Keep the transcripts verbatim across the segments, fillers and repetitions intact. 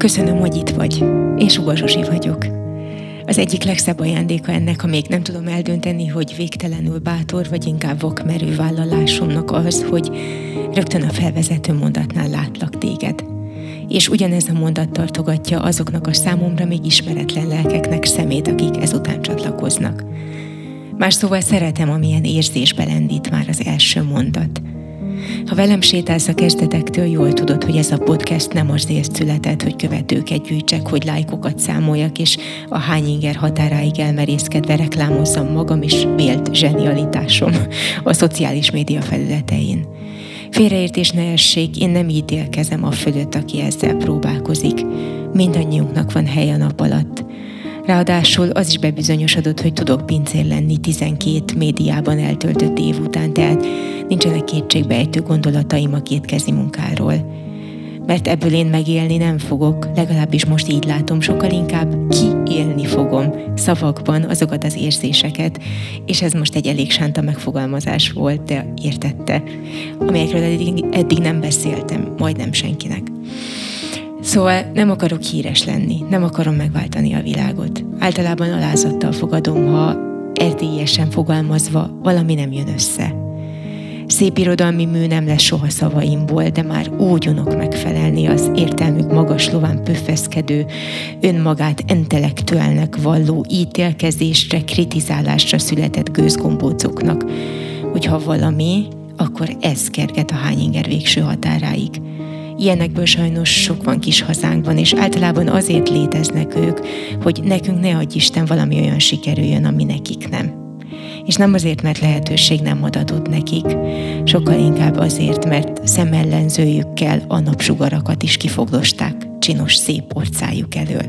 Köszönöm, hogy itt vagy. Én Suba Zsuzsi vagyok. Az egyik legszebb ajándéka ennek, ha még nem tudom eldönteni, hogy végtelenül bátor, vagy inkább vakmerő vállalásomnak az, hogy rögtön a felvezető mondatnál látlak téged. És ugyanez a mondat tartogatja azoknak a számomra még ismeretlen lelkeknek szemét, akik ezután csatlakoznak. Más szóval szeretem, amilyen érzésbe lendít már az első mondat. Ha velem sétálsz a kezdetektől, jól tudod, hogy ez a podcast nem azért született, hogy követőket gyűjtsek, hogy lájkokat számoljak, és a hány inger határáig elmerészkedve reklámozzam magam és vélt zsenialitásom a szociális média felületein. Félreértés ne essék, én nem ítélkezem a fölött, aki ezzel próbálkozik. Mindannyiunknak van hely a nap alatt. Ráadásul az is bebizonyosodott, hogy tudok pincér lenni tizenkét médiában eltöltött év után, tehát nincsenek kétségbeejtő gondolataim a kétkezi munkáról. Mert ebből én megélni nem fogok, legalábbis most így látom, sokkal inkább kiélni fogom szavakban azokat az érzéseket, és ez most egy elég sánta megfogalmazás volt, de értette, amelyekről eddig, eddig nem beszéltem, majdnem senkinek. Szóval nem akarok híres lenni, nem akarom megváltani a világot. Általában alázattal fogadom, ha erdélyesen fogalmazva valami nem jön össze. Szép irodalmi mű nem lesz soha szavaimból, de már úgy unok megfelelni az értelmük magas lován pöffeszkedő, önmagát intellektuálnak valló ítélkezésre, kritizálásra született gőzgombócoknak, hogy ha valami, akkor ez kerget a hány inger végső határáig. Ilyenekből sajnos sok van kis hazánkban, és általában azért léteznek ők, hogy nekünk ne adj Isten valami olyan sikerüljön, ami nekik nem. És nem azért, mert lehetőség nem adatott nekik, sokkal inkább azért, mert szemellenzőjükkel a napsugarakat is kifoglosták csinos szép orcájuk elől.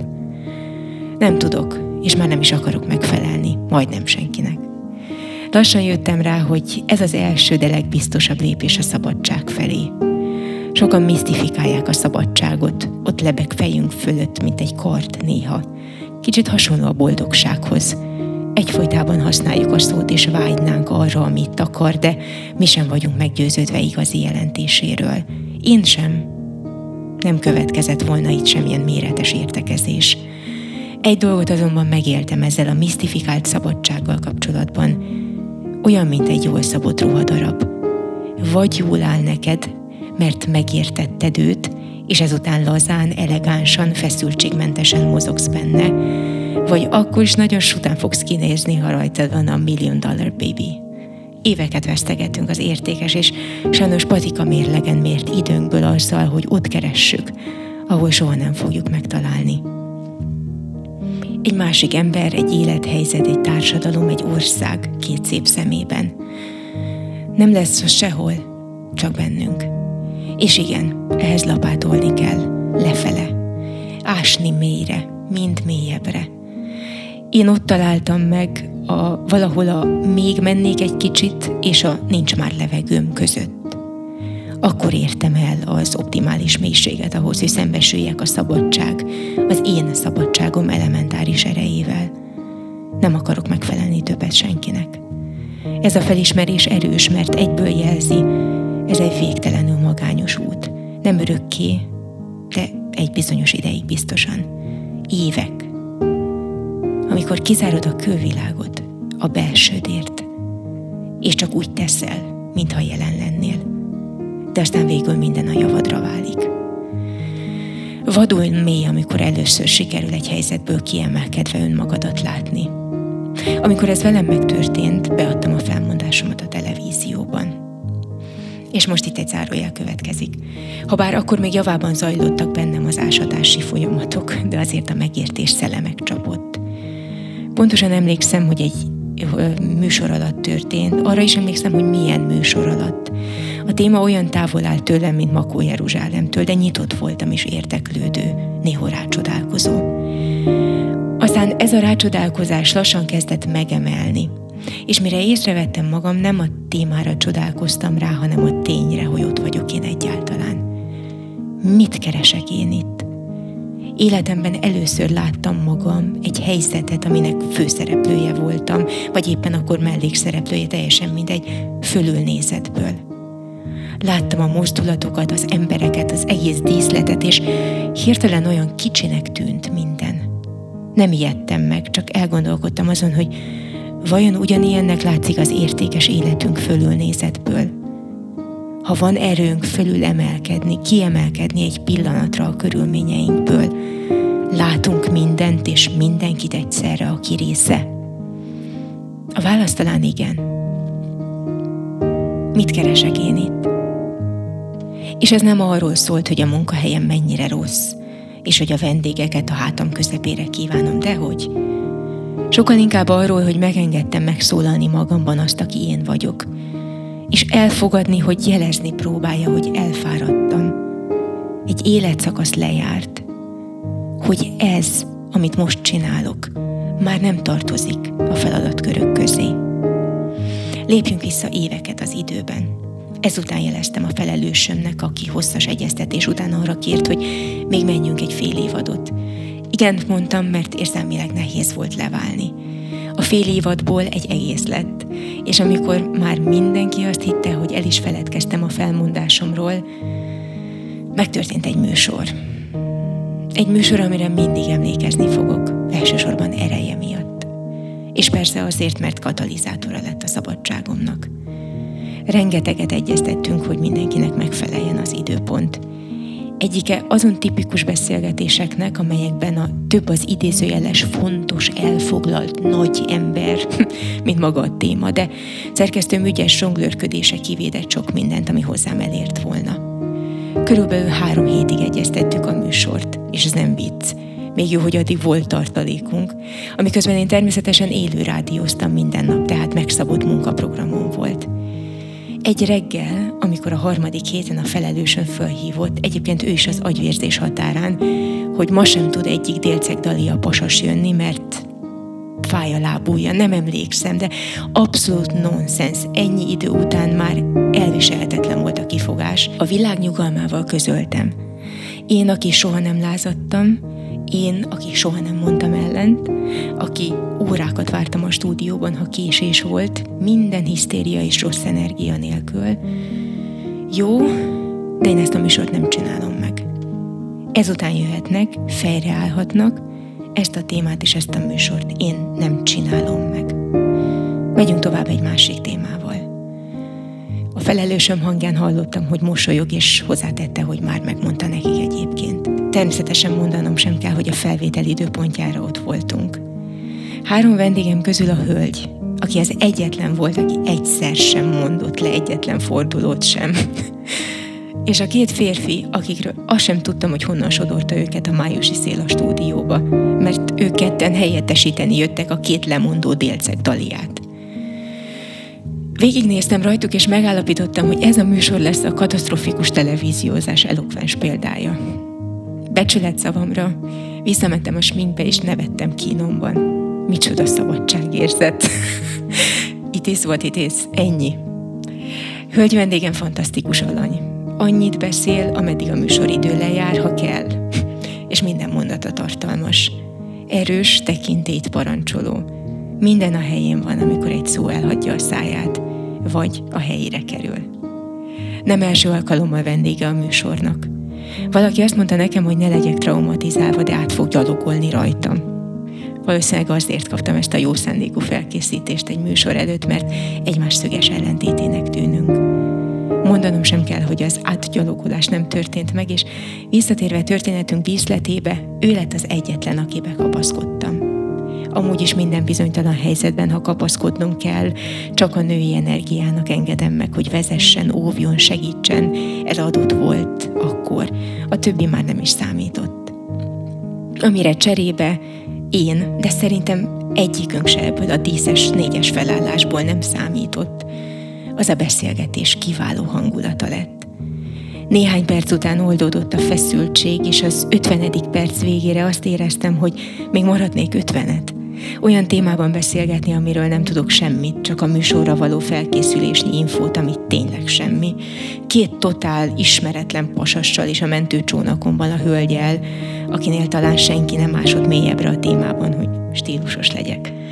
Nem tudok, és már nem is akarok megfelelni, majdnem senkinek. Lassan jöttem rá, hogy ez az első, de legbiztosabb lépés a szabadság felé. Sokan misztifikálják a szabadságot, ott lebeg fejünk fölött, mint egy kard néha. Kicsit hasonló a boldogsághoz. Egyfolytában használjuk a szót, és vágynánk arra, amit akar, de mi sem vagyunk meggyőződve igazi jelentéséről. Én sem. Nem következett volna itt semmilyen méretes értekezés. Egy dolgot azonban megéltem ezzel a misztifikált szabadsággal kapcsolatban. Olyan, mint egy jól szabott ruhadarab. Vagy jól áll neked, mert megértetted őt, és ezután lazán, elegánsan, feszültségmentesen mozogsz benne, vagy akkor is nagyon sután fogsz kinézni, ha rajtad van a Million Dollar Baby. Éveket vesztegetünk az értékes és sajnos patika mérlegen mért időnkből azzal, hogy ott keressük, ahol soha nem fogjuk megtalálni. Egy másik ember, egy élethelyzet, egy társadalom, egy ország két szép szemében. Nem lesz sehol, csak bennünk. És igen, ehhez lapátolni kell, lefele, ásni mélyre, mind mélyebbre. Én ott találtam meg a, valahol a még mennék egy kicsit, és a nincs már levegőm között. Akkor értem el az optimális mélységet ahhoz, hogy szembesüljek a szabadság, az én szabadságom elementáris erejével. Nem akarok megfelelni többet senkinek. Ez a felismerés erős, mert egyből jelzi, ez egy végtelenül magányos út. Nem örökké, de egy bizonyos ideig biztosan. Évek. Amikor kizárod a külvilágot, a belsődért, és csak úgy teszel, mintha jelen lennél. De aztán végül minden a javadra válik. Vadul mély, amikor először sikerül egy helyzetből kiemelkedve önmagadat látni. Amikor ez velem megtörtént, beadtam a felmondásomat a televízióban. És most itt egy zárójel következik. Habár akkor még javában zajlottak bennem az ásatási folyamatok, de azért a megértés szele megcsapott. Pontosan emlékszem, hogy egy műsor alatt történt, arra is emlékszem, hogy milyen műsor alatt. A téma olyan távol áll tőlem, mint Makó Jeruzsálemtől, de nyitott voltam és érdeklődő, néha rácsodálkozó. Aztán ez a rácsodálkozás lassan kezdett megemelni, és mire észrevettem magam, nem a témára csodálkoztam rá, hanem a tényre, hogy ott vagyok én egyáltalán. Mit keresek én itt? Életemben először láttam magam egy helyzetet, aminek főszereplője voltam, vagy éppen akkor mellékszereplője, teljesen mindegy, fölülnézetből. Láttam a mozdulatokat, az embereket, az egész díszletet, és hirtelen olyan kicsinek tűnt minden. Nem ijedtem meg, csak elgondolkodtam azon, hogy vajon ugyanilyennek látszik az értékes életünk fölülnézetből. Ha van erőnk fölül emelkedni, kiemelkedni egy pillanatra a körülményeinkből, látunk mindent és mindenkit egyszerre, aki része. A válasz talán igen. Mit keresek én itt? És ez nem arról szólt, hogy a munkahelyem mennyire rossz, és hogy a vendégeket a hátam közepére kívánom, dehogy. Sokkal inkább arról, hogy megengedtem megszólalni magamban azt, aki én vagyok, és elfogadni, hogy jelezni próbálja, hogy elfáradtam. Egy életszakasz lejárt, hogy ez, amit most csinálok, már nem tartozik a feladatkörök közé. Lépjünk vissza éveket az időben. Ezután jeleztem a felelősömnek, aki hosszas egyeztetés után arra kért, hogy még menjünk egy fél évadot. Igent mondtam, mert érzelmileg nehéz volt leválni. A fél évadból egy egész lett, és amikor már mindenki azt hitte, hogy el is feledkeztem a felmondásomról, megtörtént egy műsor. Egy műsor, amire mindig emlékezni fogok, elsősorban ereje miatt. És persze azért, mert katalizátora lett a szabadságomnak. Rengeteget egyeztettünk, hogy mindenkinek megfeleljen az időpont. Egyike azon tipikus beszélgetéseknek, amelyekben a több az idézőjeles, fontos, elfoglalt, nagy ember, mint maga a téma, de szerkesztőm ügyes zsonglőrködése kivédett sok mindent, ami hozzám elért volna. Körülbelül három hétig egyeztettük a műsort, és ez nem vicc. Még jó, hogy addig volt tartalékunk, amiközben én természetesen élő rádióztam minden nap, tehát megszabott munkaprogramom volt. Egy reggel, amikor a harmadik héten a felelősön fölhívott, egyébként ő is az agyvérzés határán, hogy ma sem tud egyik Délceg Dalia pasas jönni, mert fáj a lábúja, nem emlékszem, de abszolút nonsens. Ennyi idő után már elviselhetetlen volt a kifogás. A világ nyugalmával közöltem. Én, aki soha nem lázadtam, én, aki soha nem mondtam ellent, aki órákat vártam a stúdióban, ha késés volt, minden hisztéria és rossz energia nélkül. Jó, de én ezt a műsort nem csinálom meg. Ezután jöhetnek, fejreállhatnak, ezt a témát és ezt a műsort én nem csinálom meg. Megyünk tovább egy másik témával. A felelősöm hangján hallottam, hogy mosolyog, és hozzátette, hogy már megmondta nekik egyébként. Természetesen mondanom sem kell, hogy a felvétel időpontjára ott voltunk. Három vendégem közül a hölgy, aki az egyetlen volt, aki egyszer sem mondott le egyetlen fordulót sem. És a két férfi, akikről azt sem tudtam, hogy honnan sodorta őket a májusi szél a stúdióba, mert ők ketten helyettesíteni jöttek a két lemondó Délceg Daliát. Végignéztem rajtuk, és megállapítottam, hogy ez a műsor lesz a katasztrofikus televíziózás elokvens példája. Becsület szavamra visszamentem a sminkbe, és nevettem kínomban. Micsoda szabadságérzet. It is what it is. Ennyi. Hölgy vendégem fantasztikus alany. Annyit beszél, ameddig a műsoridő lejár, ha kell. És minden mondata tartalmas. Erős, tekintélyt parancsoló. Minden a helyén van, amikor egy szó elhagyja a száját, vagy a helyére kerül. Nem első alkalommal vendége a műsornak. Valaki azt mondta nekem, hogy ne legyek traumatizálva, de át fog gyalogolni rajtam. Valószínűleg azért kaptam ezt a jó szándékú felkészítést egy műsor előtt, mert egymás szöges ellentétének tűnünk. Mondanom sem kell, hogy az átgyalogolás nem történt meg, és visszatérve történetünk díszletébe, ő lett az egyetlen, akibe kapaszkodtam. Amúgy is minden bizonytalan helyzetben, ha kapaszkodnom kell, csak a női energiának engedem meg, hogy vezessen, óvjon, segítsen. Ez adott volt akkor. A többi már nem is számított. Amire cserébe én, de szerintem egyikünk se ebből a díszes négyes felállásból nem számított. Az a beszélgetés kiváló hangulata lett. Néhány perc után oldódott a feszültség, és az ötvenedik perc végére azt éreztem, hogy még maradnék ötvenet. Olyan témában beszélgetni, amiről nem tudok semmit, csak a műsorra való felkészülésnyi infót, amit tényleg semmi. Két totál ismeretlen pasassal és a mentőcsónakomban a hölgyel, akinél talán senki nem másod mélyebbre a témában, hogy stílusos legyek.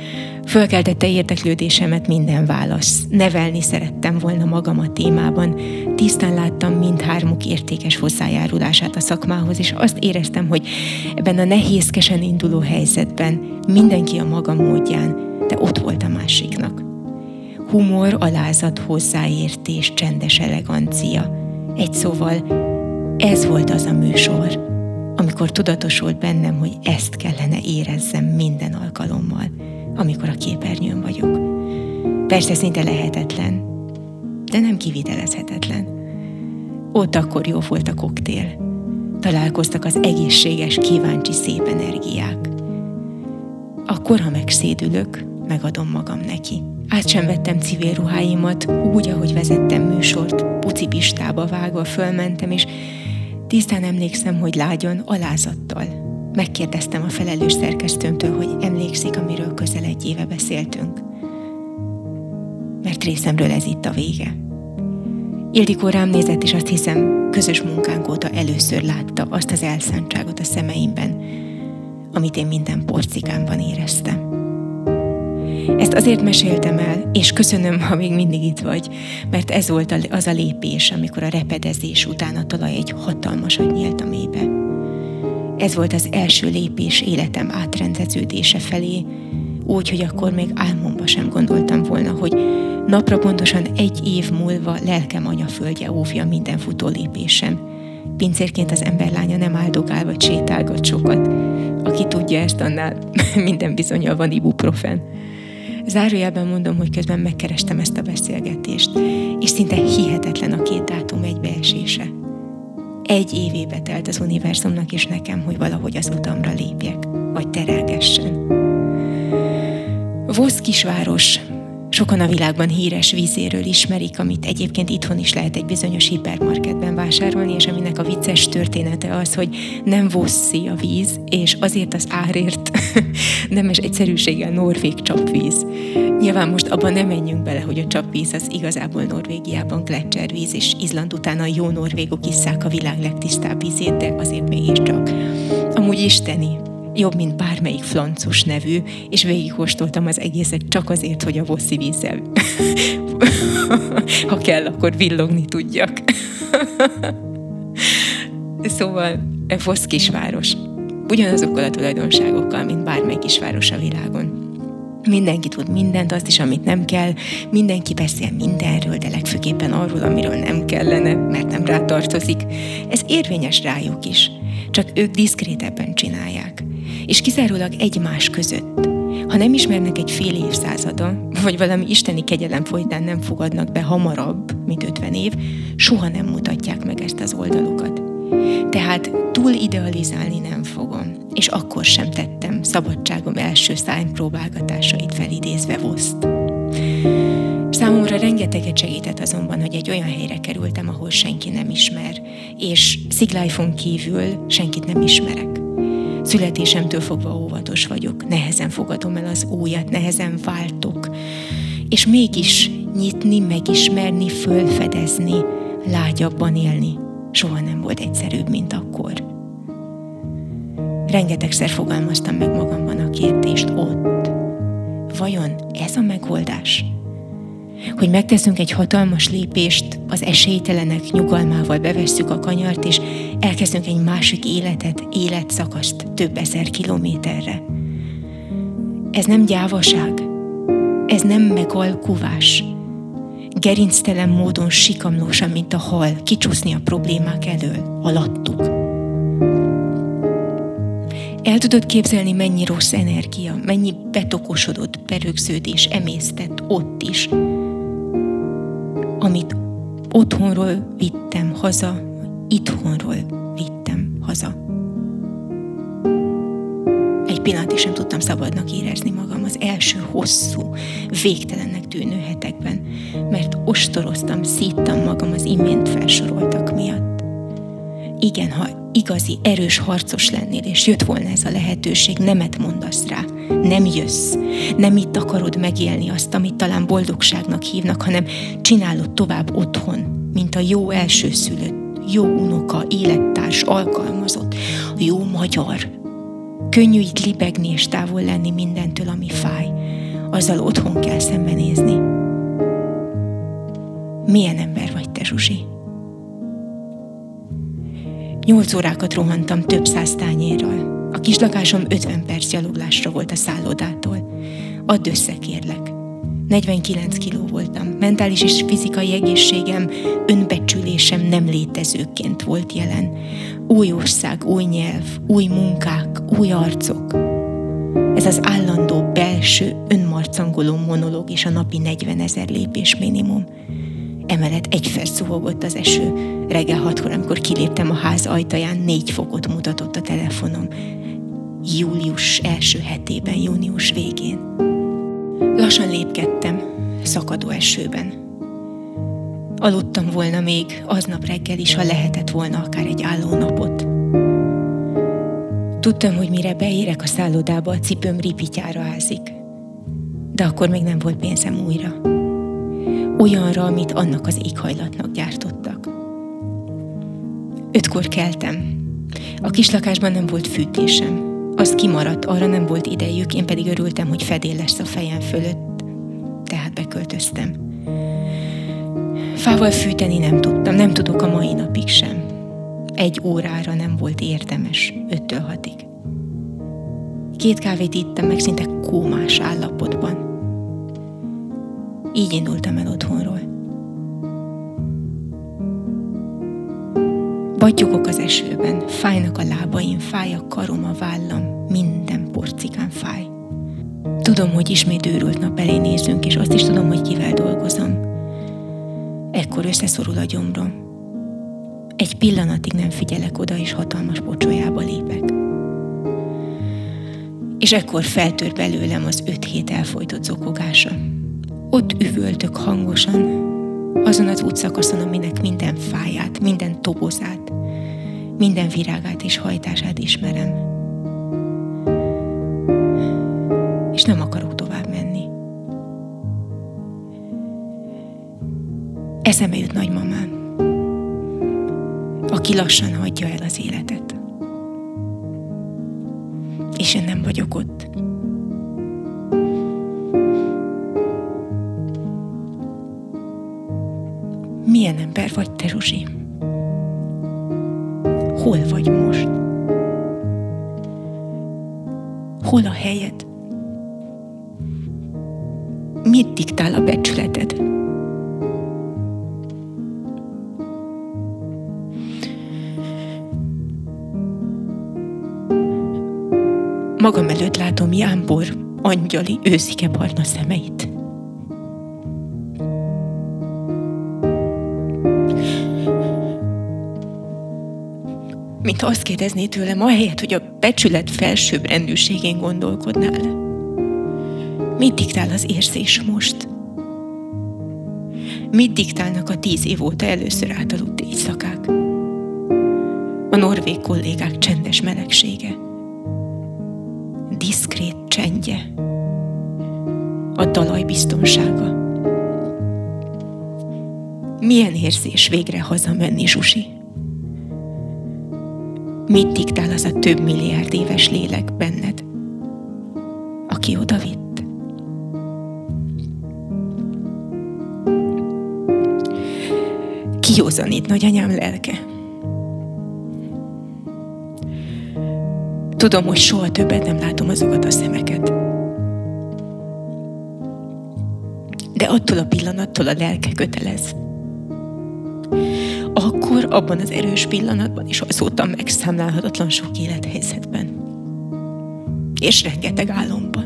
Fölkeltette érdeklődésemet minden válasz. Nevelni szerettem volna magam a témában. Tisztán láttam mindhármuk értékes hozzájárulását a szakmához, és azt éreztem, hogy ebben a nehézkesen induló helyzetben mindenki a maga módján, de ott volt a másiknak. Humor, alázat, hozzáértés, csendes elegancia. Egy szóval, ez volt az a műsor, amikor tudatosult bennem, hogy ezt kellene érezzem minden alkalommal, amikor a képernyőn vagyok. Persze szinte lehetetlen, de nem kivitelezhetetlen. Ott akkor jó volt a koktél. Találkoztak az egészséges, kíváncsi, szép energiák. Akkor, ha megszédülök, megadom magam neki. Át sem vettem civil ruháimat, úgy, ahogy vezettem műsort, pucipistába vágva fölmentem, és tisztán emlékszem, hogy lágyan, alázattal megkérdeztem a felelős szerkesztőmtől, hogy emlékszik, amiről közel egy éve beszéltünk. Mert részemről ez itt a vége. Ildikó rám nézett, és azt hiszem, közös munkánk óta először látta azt az elszántságot a szemeimben, amit én minden porcikámban éreztem. Ezt azért meséltem el, és köszönöm, ha még mindig itt vagy, mert ez volt az a lépés, amikor a repedezés után a talaj egy hatalmasat nyílt a mélybe. Ez volt az első lépés életem átrendeződése felé, úgy, hogy akkor még álmomba sem gondoltam volna, hogy napra pontosan egy év múlva lelkem anyaföldje óvja minden futó lépésem. Pincérként az emberlánya nem áldogál vagy sétálgat sokat. Aki tudja ezt, annál minden bizonnyal van ibuprofen. Zárójelben mondom, hogy közben megkerestem ezt a beszélgetést, és szinte hihetetlen a két dátum egybeesése. Egy évébe telt az univerzumnak és nekem, hogy valahogy az utamra lépjek, vagy terelgessen. Vosz kisváros. Sokan a világban híres vízéről ismerik, amit egyébként itthon is lehet egy bizonyos hipermarketben vásárolni, és aminek a vicces története az, hogy nem vosszi a víz, és azért az árért nemes egyszerűséggel norvég csapvíz. Nyilván most abban nem menjünk bele, hogy a csapvíz az igazából Norvégiában gletszervíz, és Izland után a jó norvégok isszák a világ legtisztább vízét, de azért mégiscsak. Amúgy isteni. Jobb, mint bármelyik flancos nevű, és végigkóstoltam az egészet csak azért, hogy a vosszi vízzel, ha kell, akkor villogni tudjak. Szóval, Vosz kisváros. Ugyanazokkal a tulajdonságokkal, mint bármely kisváros a világon. Mindenki tud mindent, azt is, amit nem kell. Mindenki beszél mindenről, de legfőképpen arról, amiről nem kellene, mert nem rátartozik. Ez érvényes rájuk is. Csak ők diszkrétebben csinálják. És kizárólag egymás között. Ha nem ismernek egy fél évszázada, vagy valami isteni kegyelem folytán nem fogadnak be hamarabb, mint ötven év, soha nem mutatják meg ezt az oldalukat. Tehát túl idealizálni nem fogom, és akkor sem tettem szabadságom első szárnypróbálgatásait felidézve Voszt. Számomra rengeteget segített azonban, hogy egy olyan helyre kerültem, ahol senki nem ismer, és Sziglájfon kívül senkit nem ismerek. Születésemtől fogva óvatos vagyok, nehezen fogadom el az újat, nehezen váltok, és mégis nyitni, megismerni, fölfedezni, lágyabban élni soha nem volt egyszerűbb, mint akkor. Rengetegszer fogalmaztam meg magamban a kérdést ott. Vajon ez a megoldás? Hogy megteszünk egy hatalmas lépést, az esélytelenek nyugalmával bevesszük a kanyart, és elkezdünk egy másik életet, életszakaszt több ezer kilométerre. Ez nem gyávaság, ez nem megalkuvás. Gerinctelen módon sikamlósan, mint a hal, kicsúszni a problémák elől, alattuk. El tudod képzelni, mennyi rossz energia, mennyi betokosodott berögződés emésztett ott is, amit otthonról vittem haza, itthonról vittem haza. Egy pillanatig sem tudtam szabadnak érezni magam az első hosszú, végtelennek tűnő hetekben, mert ostoroztam, szíttam magam az imént felsoroltak miatt. Igen, ha igazi, erős harcos lennél, és jött volna ez a lehetőség, nemet mondasz rá, nem jössz, nem itt akarod megélni azt, amit talán boldogságnak hívnak, hanem csinálod tovább otthon, mint a jó elsőszülött, jó unoka, élettárs, alkalmazott, jó magyar. Könnyű itt libegni és távol lenni mindentől, ami fáj. azzal otthon kell szembenézni. Milyen ember vagy te, Zsuzsi? Nyolc órákat rohantam több száz tányérral. A kislakásom ötven perc gyaloglásra volt a szállodától. Add össze, kérlek. negyvenkilenc kiló voltam. Mentális és fizikai egészségem, önbecsülésem nem létezőként volt jelen. Új ország, új nyelv, új munkák, új arcok. Ez az állandó belső, önmarcangoló monológ és a napi negyvenezer lépés minimum. Emellett egy perc zuhogott az eső. Reggel hatkor, amikor kiléptem a ház ajtaján, négy fokot mutatott a telefonom. Július első hetében, június végén. Lassan lépkedtem, szakadó esőben. Aludtam volna még aznap reggel is, ha lehetett volna akár egy álló napot. Tudtam, hogy mire beérek a szállodába, a cipőm ripityára ázik. De akkor még nem volt pénzem újra. Olyanra, amit annak az éghajlatnak gyártottak. Ötkor keltem. A kislakásban nem volt fűtésem. Az kimaradt, arra nem volt idejük, én pedig örültem, hogy fedél lesz a fejem fölött. Tehát beköltöztem. Fával fűteni nem tudtam, nem tudok a mai napig sem. Egy órára nem volt érdemes, öttől hatig. Két kávét ittam meg szinte kómás állapotban. Így indultam el otthonról. Battyogok az esőben, fájnak a lábaim, fáj a karom, a vállam, minden porcikán fáj. Tudom, hogy ismét őrült nap elé nézünk, és azt is tudom, hogy kivel dolgozom. Ekkor összeszorul a gyomrom. Egy pillanatig nem figyelek oda, és hatalmas pocsolyába lépek. És ekkor feltör belőlem az öt hét elfojtott zokogása. Ott üvöltök hangosan, azon az útszakaszon, aminek minden fáját, minden tobozát, minden virágát és hajtását ismerem. És nem akarok tovább menni. Eszembe jut nagymamám, aki lassan hagyja el az életet. És én nem vagyok ott. Milyen ember vagy te, Zsuzsi? Hol vagy most? Hol a helyed? Mit diktál a becsületed? Magam előtt látom jámbor, angyali, őszike barna szemeit. Mint azt kérdezné tőlem, ahelyett, hogy a becsület felsőbbrendűségén gondolkodnál. Mit diktál az érzés most? Mit diktálnak a tíz év óta először átaludt éjszakák? A norvég kollégák csendes melegsége. Diszkrét csendje. A talaj biztonsága. Milyen érzés végre hazamenni, Zsuzsi? Mit diktál az a több milliárd éves lélek benned, aki oda vitt? Kijózanít nagyanyám lelke. Tudom, hogy soha többet nem látom azokat a szemeket. De attól a pillanattól a lelke kötelez. Akkor, abban az erős pillanatban is azóta megszámlálhatatlan sok élethelyzetben. És rengeteg álomban.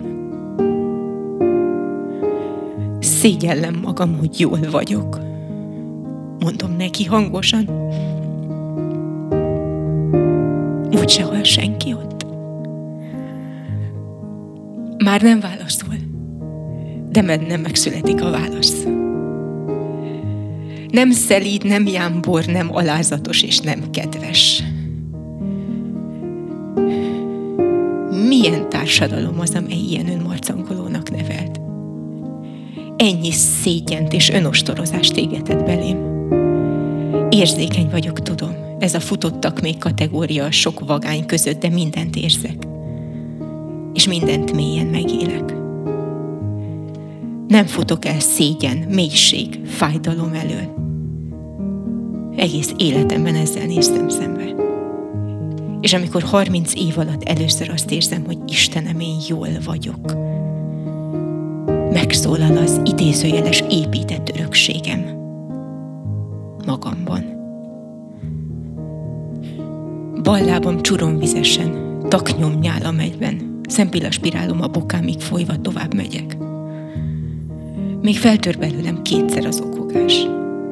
Szégyellem magam, hogy jól vagyok. Mondom neki hangosan. Úgyse hall senki ott. Már nem válaszol, de bennem megszületik a válasz. Nem szelíd, nem jámbor, nem alázatos és nem kedves. Milyen társadalom az, amely ilyen önmarcangolónak nevelt? Ennyi szégyent és önostorozást égetett belém. Érzékeny vagyok, tudom. Ez a futottak még kategória a sok vagány között, de mindent érzek. És mindent mélyen megélek. Nem futok el szégyen, mélység, fájdalom elől. Egész életemben ezzel néztem szembe. És amikor harminc év alatt először azt érzem, hogy Istenem, én jól vagyok, megszólal az idézőjeles épített örökségem magamban. Bal lábam csuromvizesen, taknyomnyál a megyben, szempillaspirálom a bokámig folyva tovább megyek. Még feltör belőlem kétszer az okogás.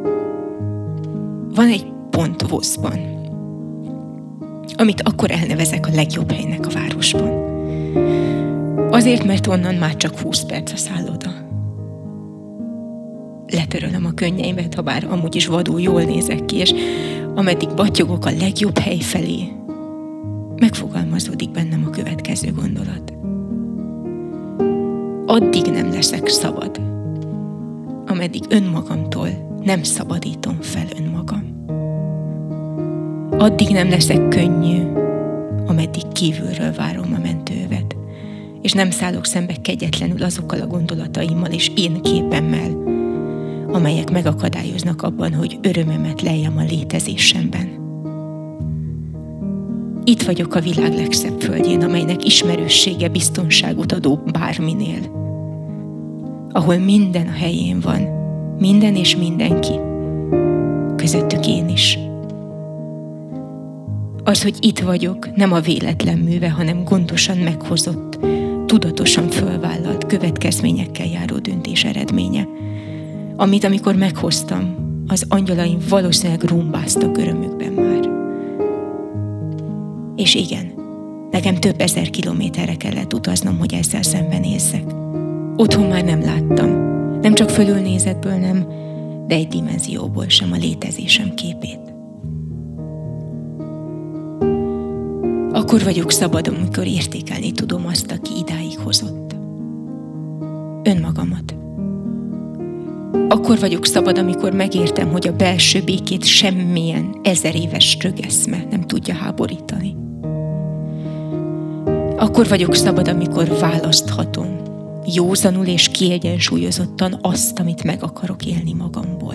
Van egy pont Voszban, amit akkor elnevezek a legjobb helynek a városban. Azért, mert onnan már csak húsz perc a szálloda. Letörölöm a könnyeimet, ha bár amúgy is vadul jól nézek ki, és ameddig battyogok a legjobb hely felé, megfogalmazódik bennem a következő gondolat. Addig nem leszek szabad, ameddig önmagamtól nem szabadítom fel önmagam. Addig nem leszek könnyű, ameddig kívülről várom a mentővet, és nem szállok szembe kegyetlenül azokkal a gondolataimmal és én képemmel, amelyek megakadályoznak abban, hogy örömömet leljem a létezésemben. Itt vagyok a világ legszebb földjén, amelynek ismerőssége biztonságot adó bárminél, ahol minden a helyén van, minden és mindenki, közöttük én is. Az, hogy itt vagyok, nem a véletlen műve, hanem gondosan meghozott, tudatosan fölvállalt, következményekkel járó döntés eredménye, amit amikor meghoztam, az angyalaim valószínűleg rumbáztak örömükben már. És igen, nekem több ezer kilométerre kellett utaznom, hogy ezzel szembenézzek. Otthon már nem láttam, nem csak fölülnézetből nem, de egy dimenzióból sem a létezésem képét. Akkor vagyok szabad, amikor értékelni tudom azt, aki idáig hozott. Önmagamat. Akkor vagyok szabad, amikor megértem, hogy a belső békét semmilyen ezer éves trögeszme nem tudja háborítani. Akkor vagyok szabad, amikor választhatom, józanul és kiegyensúlyozottan azt, amit meg akarok élni magamból.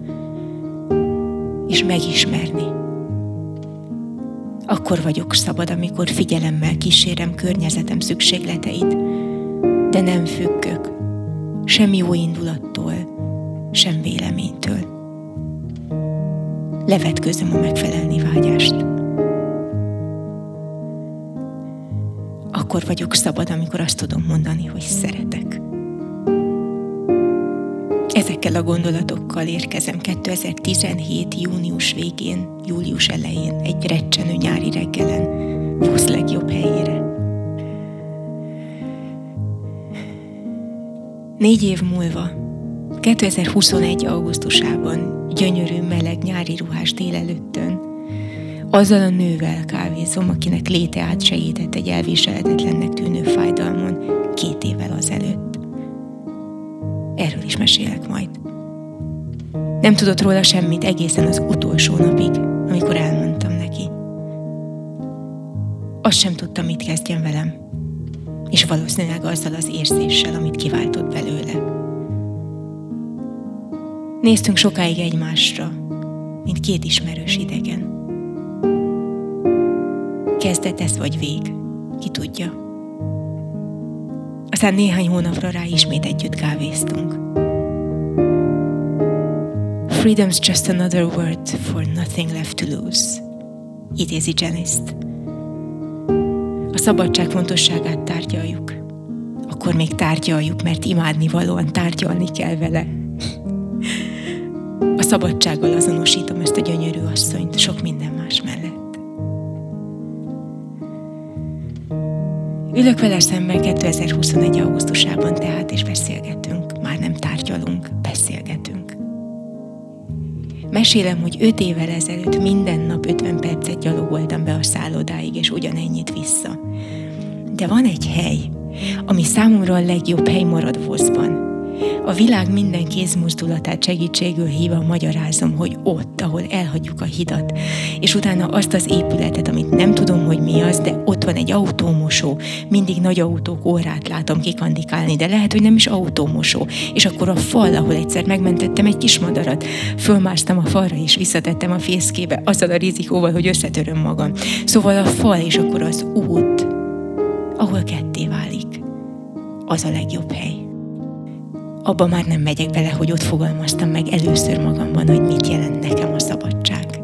És megismerni. Akkor vagyok szabad, amikor figyelemmel kísérem környezetem szükségleteit, de nem függök sem jó indulattól, sem véleménytől. Levetközöm a megfelelni vágyást. Akkor vagyok szabad, amikor azt tudom mondani, hogy szeretek. Ezekkel a gondolatokkal érkezem kétezer-tizenhét. június végén, július elején, egy recsenő nyári reggelen, Vosz legjobb helyére. Négy év múlva, kétezer-huszonegy. augusztusában, gyönyörű, meleg, nyári ruhás délelőttön, azzal a nővel kávézom, akinek léte átsegített egy elviselhetetlennek tűnő fájdalmon két évvel azelőtt. Erről is mesélek majd. Nem tudott róla semmit egészen az utolsó napig, amikor elmondtam neki. Azt sem tudtam, mit kezdjen velem, és valószínűleg azzal az érzéssel, amit kiváltott belőle. Néztünk sokáig egymásra, mint két ismerős idegen. Kezdet ez vagy vég, ki tudja. Aztán néhány hónapra rá ismét együtt kávéztunk. Freedom's just another word for nothing left to lose, idézi Janice-t. A szabadság fontosságát tárgyaljuk. Akkor még tárgyaljuk, mert imádnivalóan tárgyalni kell vele. A szabadsággal azonosítom ezt a gyönyörű asszonyt, sok minden más mellett. Ülök vele szemben kétezer-huszonegy. augusztusában tehát, és beszélgetünk. Már nem tárgyalunk, beszélgetünk. Mesélem, hogy öt évvel ezelőtt minden nap ötven percet gyalogoltam be a szállodáig, és ugyanennyit vissza. De van egy hely, ami számomra a legjobb hely marad Voszban. A világ minden kézmozdulatát segítségül hívva magyarázom, hogy ott, ahol elhagyjuk a hidat, és utána azt az épületet, amit nem tudom, hogy mi az, de ott van egy autómosó, mindig nagy autók órát látom kikandikálni, de lehet, hogy nem is autómosó. És akkor a fal, ahol egyszer megmentettem egy kis madarat, fölmásztam a falra és visszatettem a fészkébe, azzal a rizikóval, hogy összetöröm magam. Szóval a fal, és akkor az út, ahol ketté válik, az a legjobb hely. Abba már nem megyek bele, hogy ott fogalmaztam meg először magamban, hogy mit jelent nekem a szabadság.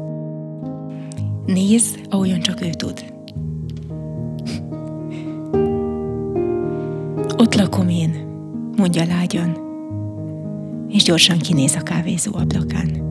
Nézz, ahogyan csak ő tud. Ott lakom én, mondja lágyan, és gyorsan kinéz a kávézó ablakán.